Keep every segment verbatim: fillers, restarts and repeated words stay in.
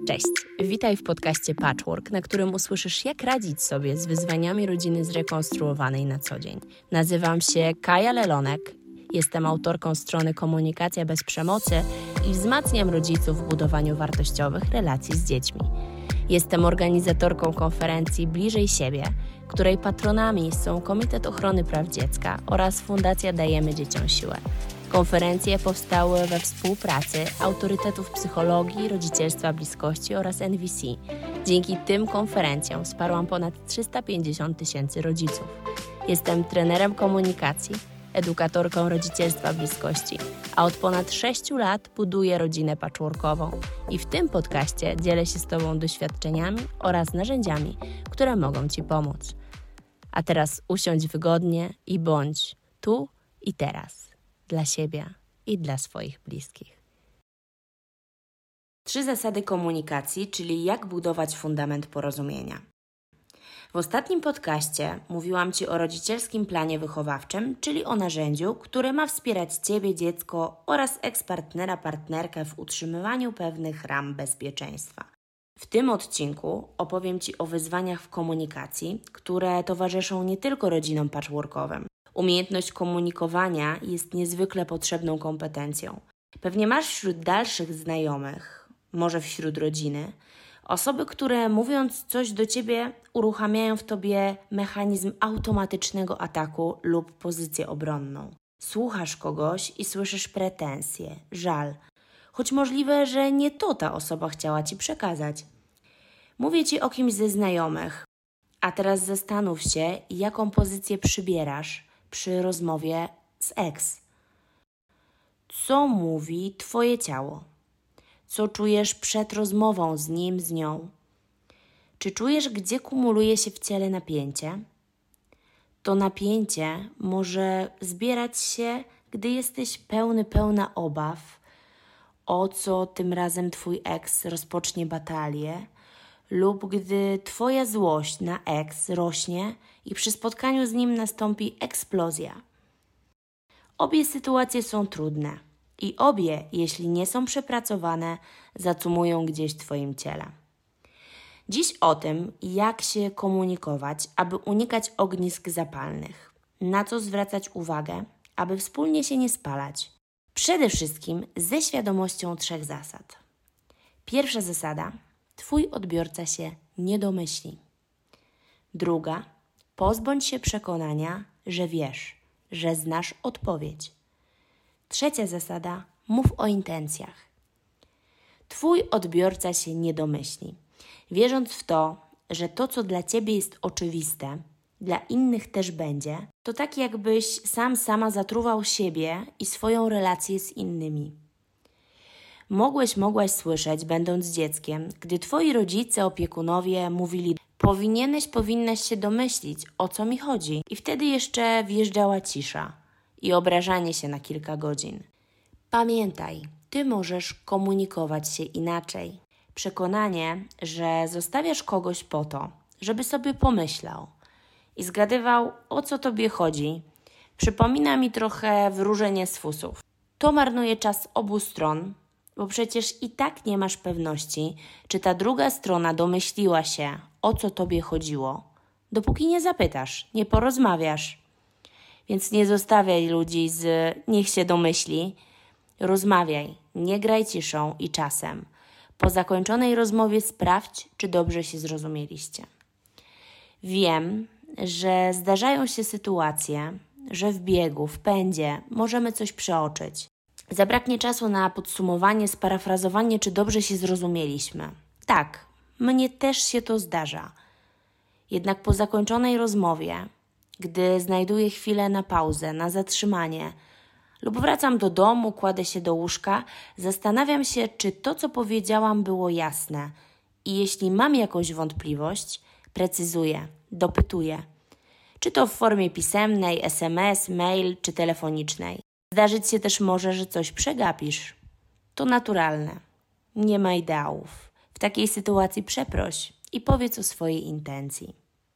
Cześć, witaj w podcaście Patchwork, na którym usłyszysz, jak radzić sobie z wyzwaniami rodziny zrekonstruowanej na co dzień. Nazywam się Kaja Lelonek, jestem autorką strony Komunikacja bez przemocy i wzmacniam rodziców w budowaniu wartościowych relacji z dziećmi. Jestem organizatorką konferencji Bliżej Siebie, której patronami są Komitet Ochrony Praw Dziecka oraz Fundacja Dajemy Dzieciom Siłę. Konferencje powstały we współpracy autorytetów psychologii, rodzicielstwa bliskości oraz N V C. Dzięki tym konferencjom wsparłam ponad trzysta pięćdziesiąt tysięcy rodziców. Jestem trenerem komunikacji, edukatorką rodzicielstwa bliskości, a od ponad sześciu lat buduję rodzinę patchworkową i w tym podcaście dzielę się z Tobą doświadczeniami oraz narzędziami, które mogą Ci pomóc. A teraz usiądź wygodnie i bądź tu i teraz. Dla siebie i dla swoich bliskich. Trzy zasady komunikacji, czyli jak budować fundament porozumienia. W ostatnim podcaście mówiłam Ci o rodzicielskim planie wychowawczym, czyli o narzędziu, które ma wspierać Ciebie, dziecko oraz eks-partnera, partnerkę w utrzymywaniu pewnych ram bezpieczeństwa. W tym odcinku opowiem Ci o wyzwaniach w komunikacji, które towarzyszą nie tylko rodzinom patchworkowym. Umiejętność komunikowania jest niezwykle potrzebną kompetencją. Pewnie masz wśród dalszych znajomych, może wśród rodziny, osoby, które mówiąc coś do Ciebie uruchamiają w Tobie mechanizm automatycznego ataku lub pozycję obronną. Słuchasz kogoś i słyszysz pretensje, żal, choć możliwe, że nie to ta osoba chciała Ci przekazać. Mówię Ci o kimś ze znajomych, a teraz zastanów się, jaką pozycję przybierasz przy rozmowie z ex. Co mówi Twoje ciało? Co czujesz przed rozmową z nim, z nią? Czy czujesz, gdzie kumuluje się w ciele napięcie? To napięcie może zbierać się, gdy jesteś pełny, pełna obaw, o co tym razem Twój ex rozpocznie batalię, lub gdy Twoja złość na ex rośnie i przy spotkaniu z nim nastąpi eksplozja. Obie sytuacje są trudne i obie, jeśli nie są przepracowane, zacumują gdzieś w Twoim ciele. Dziś o tym, jak się komunikować, aby unikać ognisk zapalnych, na co zwracać uwagę, aby wspólnie się nie spalać. Przede wszystkim ze świadomością trzech zasad. Pierwsza zasada: Twój odbiorca się nie domyśli. Druga: pozbądź się przekonania, że wiesz, że znasz odpowiedź. Trzecia zasada: mów o intencjach. Twój odbiorca się nie domyśli. Wierząc w to, że to, co dla Ciebie jest oczywiste, dla innych też będzie, to tak jakbyś sam sama zatruwał siebie i swoją relację z innymi. Mogłeś, mogłaś słyszeć, będąc dzieckiem, gdy Twoi rodzice, opiekunowie mówili: powinieneś, powinnaś się domyślić, o co mi chodzi. I wtedy jeszcze wjeżdżała cisza i obrażanie się na kilka godzin. Pamiętaj, Ty możesz komunikować się inaczej. Przekonanie, że zostawiasz kogoś po to, żeby sobie pomyślał i zgadywał, o co Tobie chodzi, przypomina mi trochę wróżenie z fusów. To marnuje czas obu stron, bo przecież i tak nie masz pewności, czy ta druga strona domyśliła się, o co Tobie chodziło, dopóki nie zapytasz, nie porozmawiasz. Więc nie zostawiaj ludzi z niech się domyśli. Rozmawiaj, nie graj ciszą i czasem. Po zakończonej rozmowie sprawdź, czy dobrze się zrozumieliście. Wiem, że zdarzają się sytuacje, że w biegu, w pędzie możemy coś przeoczyć. Zabraknie czasu na podsumowanie, sparafrazowanie, czy dobrze się zrozumieliśmy. Tak, mnie też się to zdarza. Jednak po zakończonej rozmowie, gdy znajduję chwilę na pauzę, na zatrzymanie lub wracam do domu, kładę się do łóżka, zastanawiam się, czy to, co powiedziałam, było jasne. I jeśli mam jakąś wątpliwość, precyzuję, dopytuję. Czy to w formie pisemnej, es em es, mail czy telefonicznej. Zdarzyć się też może, że coś przegapisz. To naturalne. Nie ma ideałów. W takiej sytuacji przeproś i powiedz o swojej intencji.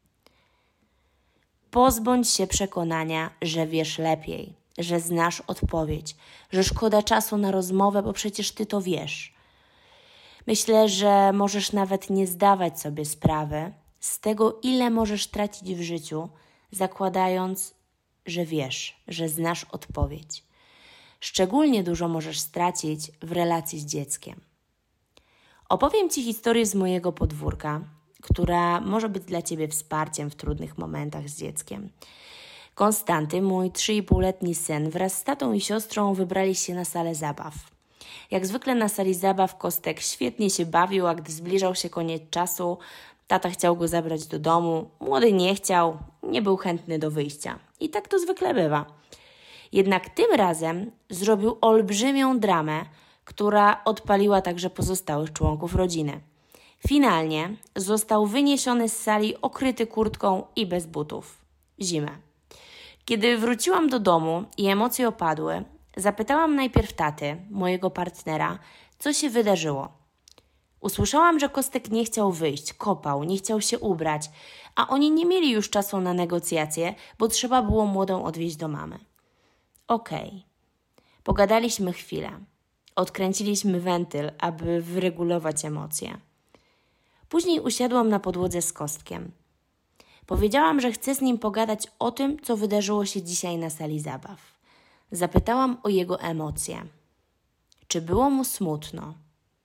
Pozbądź się przekonania, że wiesz lepiej, że znasz odpowiedź, że szkoda czasu na rozmowę, bo przecież Ty to wiesz. Myślę, że możesz nawet nie zdawać sobie sprawy z tego, ile możesz tracić w życiu, zakładając, że wiesz, że znasz odpowiedź. Szczególnie dużo możesz stracić w relacji z dzieckiem. Opowiem Ci historię z mojego podwórka, która może być dla Ciebie wsparciem w trudnych momentach z dzieckiem. Konstanty, mój trzyipółletni syn, wraz z tatą i siostrą wybrali się na salę zabaw. Jak zwykle na sali zabaw Kostek świetnie się bawił, a gdy zbliżał się koniec czasu, tata chciał go zabrać do domu, młody nie chciał, nie był chętny do wyjścia. I tak to zwykle bywa. Jednak tym razem zrobił olbrzymią dramę, która odpaliła także pozostałych członków rodziny. Finalnie został wyniesiony z sali okryty kurtką i bez butów. W zimę. Kiedy wróciłam do domu i emocje opadły, zapytałam najpierw taty, mojego partnera, co się wydarzyło. Usłyszałam, że Kostek nie chciał wyjść, kopał, nie chciał się ubrać, a oni nie mieli już czasu na negocjacje, bo trzeba było młodą odwieźć do mamy. Okej. Okay. Pogadaliśmy chwilę. Odkręciliśmy wentyl, aby wyregulować emocje. Później usiadłam na podłodze z Kostkiem. Powiedziałam, że chcę z nim pogadać o tym, co wydarzyło się dzisiaj na sali zabaw. Zapytałam o jego emocje. Czy było mu smutno?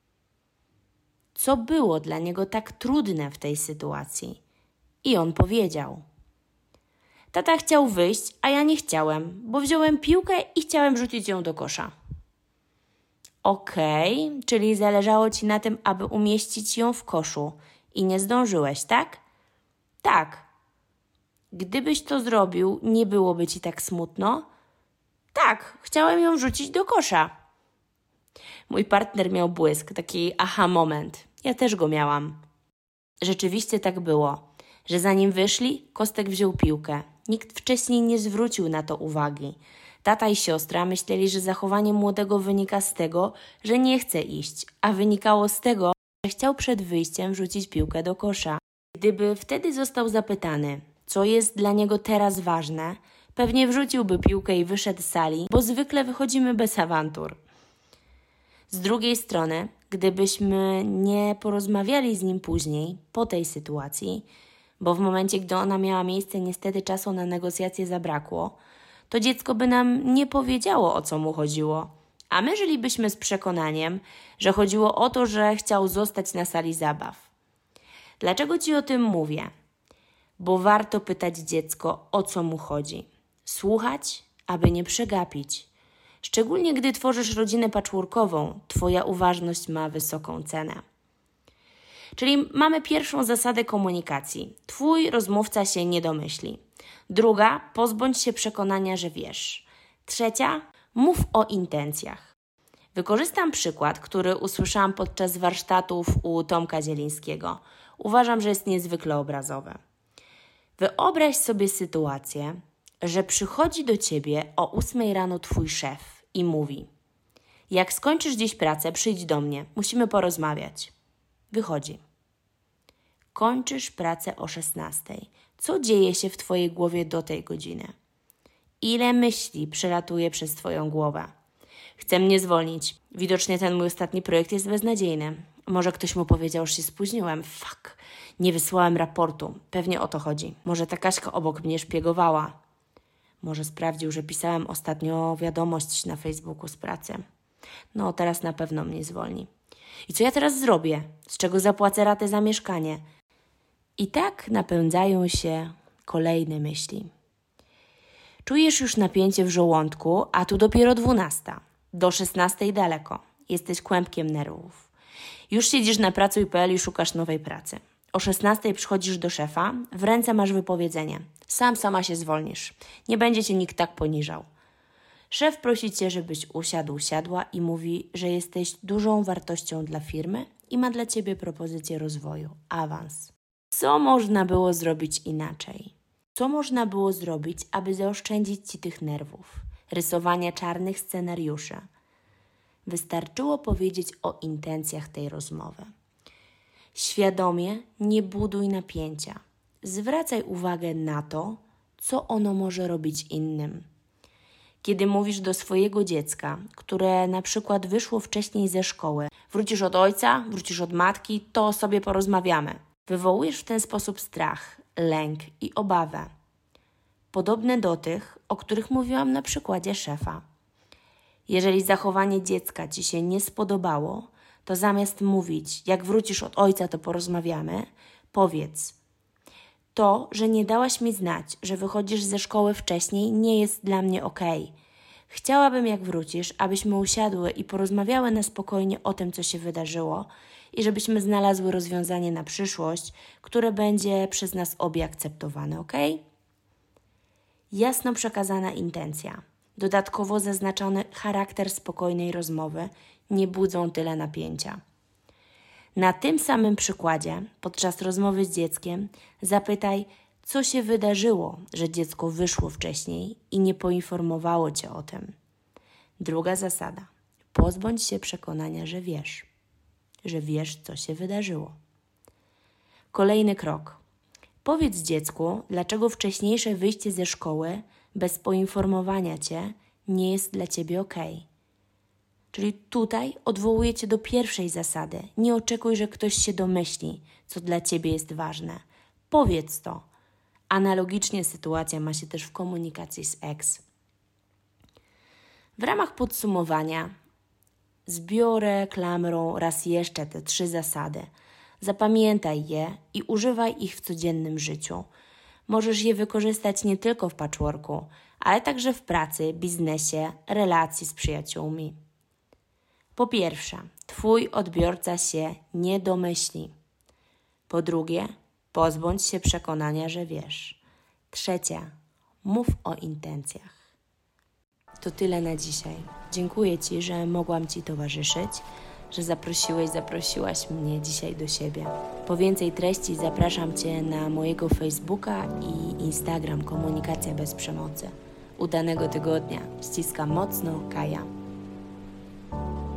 Co było dla niego tak trudne w tej sytuacji? I on powiedział. Tata chciał wyjść, a ja nie chciałem, bo wziąłem piłkę i chciałem rzucić ją do kosza. Okej, okay, czyli zależało Ci na tym, aby umieścić ją w koszu i nie zdążyłeś, tak? Tak. Gdybyś to zrobił, nie byłoby Ci tak smutno? Tak, chciałem ją rzucić do kosza. Mój partner miał błysk, taki aha moment. Ja też go miałam. Rzeczywiście tak było, że zanim wyszli, Kostek wziął piłkę. Nikt wcześniej nie zwrócił na to uwagi. Tata i siostra myśleli, że zachowanie młodego wynika z tego, że nie chce iść, a wynikało z tego, że chciał przed wyjściem wrzucić piłkę do kosza. Gdyby wtedy został zapytany, co jest dla niego teraz ważne, pewnie wrzuciłby piłkę i wyszedł z sali, bo zwykle wychodzimy bez awantur. Z drugiej strony, gdybyśmy nie porozmawiali z nim później, po tej sytuacji, bo w momencie, gdy ona miała miejsce, niestety czasu na negocjacje zabrakło, to dziecko by nam nie powiedziało, o co mu chodziło. A my żylibyśmy z przekonaniem, że chodziło o to, że chciał zostać na sali zabaw. Dlaczego Ci o tym mówię? Bo warto pytać dziecko, o co mu chodzi. Słuchać, aby nie przegapić. Szczególnie gdy tworzysz rodzinę patchworkową, Twoja uważność ma wysoką cenę. Czyli mamy pierwszą zasadę komunikacji. Twój rozmówca się nie domyśli. Druga, pozbądź się przekonania, że wiesz. Trzecia, mów o intencjach. Wykorzystam przykład, który usłyszałam podczas warsztatów u Tomka Zielińskiego. Uważam, że jest niezwykle obrazowy. Wyobraź sobie sytuację, że przychodzi do Ciebie o ósmej rano Twój szef i mówi: jak skończysz dziś pracę, przyjdź do mnie, musimy porozmawiać. Wychodzi. Kończysz pracę o szesnastej. Co dzieje się w Twojej głowie do tej godziny? Ile myśli przelatuje przez Twoją głowę? Chcę mnie zwolnić. Widocznie ten mój ostatni projekt jest beznadziejny. Może ktoś mu powiedział, że się spóźniłem. Fuck. Nie wysłałem raportu. Pewnie o to chodzi. Może ta Kaśka obok mnie szpiegowała. Może sprawdził, że pisałem ostatnio wiadomość na Facebooku z pracy. No, teraz na pewno mnie zwolni. I co ja teraz zrobię? Z czego zapłacę ratę za mieszkanie? I tak napędzają się kolejne myśli. Czujesz już napięcie w żołądku, a tu dopiero dwunasta. Do szesnastej daleko. Jesteś kłębkiem nerwów. Już siedzisz na pracuj kropka p l i szukasz nowej pracy. O szesnastej przychodzisz do szefa, w ręce masz wypowiedzenie. Sam, sama się zwolnisz. Nie będzie cię nikt tak poniżał. Szef prosi cię, żebyś usiadł, siadła i mówi, że jesteś dużą wartością dla firmy i ma dla ciebie propozycję rozwoju, awans. Co można było zrobić inaczej? Co można było zrobić, aby zaoszczędzić ci tych nerwów, rysowania czarnych scenariuszy? Wystarczyło powiedzieć o intencjach tej rozmowy. Świadomie nie buduj napięcia. Zwracaj uwagę na to, co ono może robić innym. Kiedy mówisz do swojego dziecka, które na przykład wyszło wcześniej ze szkoły, Wrócisz od ojca, wrócisz od matki, to sobie porozmawiamy. Wywołujesz w ten sposób strach, lęk i obawę. Podobne do tych, o których mówiłam na przykładzie szefa. Jeżeli zachowanie dziecka Ci się nie spodobało, to zamiast mówić, jak wrócisz od ojca, to porozmawiamy, powiedz: to, że nie dałaś mi znać, że wychodzisz ze szkoły wcześniej, nie jest dla mnie okej. Chciałabym, jak wrócisz, abyśmy usiadły i porozmawiały na spokojnie o tym, co się wydarzyło i żebyśmy znalazły rozwiązanie na przyszłość, które będzie przez nas obie akceptowane, okej? Jasno przekazana intencja, dodatkowo zaznaczony charakter spokojnej rozmowy nie budzą tyle napięcia. Na tym samym przykładzie, podczas rozmowy z dzieckiem, zapytaj, co się wydarzyło, że dziecko wyszło wcześniej i nie poinformowało Cię o tym. Druga zasada. Pozbądź się przekonania, że wiesz, że wiesz, co się wydarzyło. Kolejny krok. Powiedz dziecku, dlaczego wcześniejsze wyjście ze szkoły bez poinformowania Cię nie jest dla Ciebie okej. Czyli tutaj odwołuję Cię do pierwszej zasady. Nie oczekuj, że ktoś się domyśli, co dla Ciebie jest ważne. Powiedz to. Analogicznie sytuacja ma się też w komunikacji z ex. W ramach podsumowania zbiorę klamrą raz jeszcze te trzy zasady. Zapamiętaj je i używaj ich w codziennym życiu. Możesz je wykorzystać nie tylko w patchworku, ale także w pracy, biznesie, relacji z przyjaciółmi. Po pierwsze, Twój odbiorca się nie domyśli. Po drugie, pozbądź się przekonania, że wiesz. Trzecie, mów o intencjach. To tyle na dzisiaj. Dziękuję Ci, że mogłam Ci towarzyszyć, że zaprosiłeś, zaprosiłaś mnie dzisiaj do siebie. Po więcej treści zapraszam Cię na mojego Facebooka i Instagram Komunikacja bez przemocy. Udanego tygodnia. Ściskam mocno, Kaja.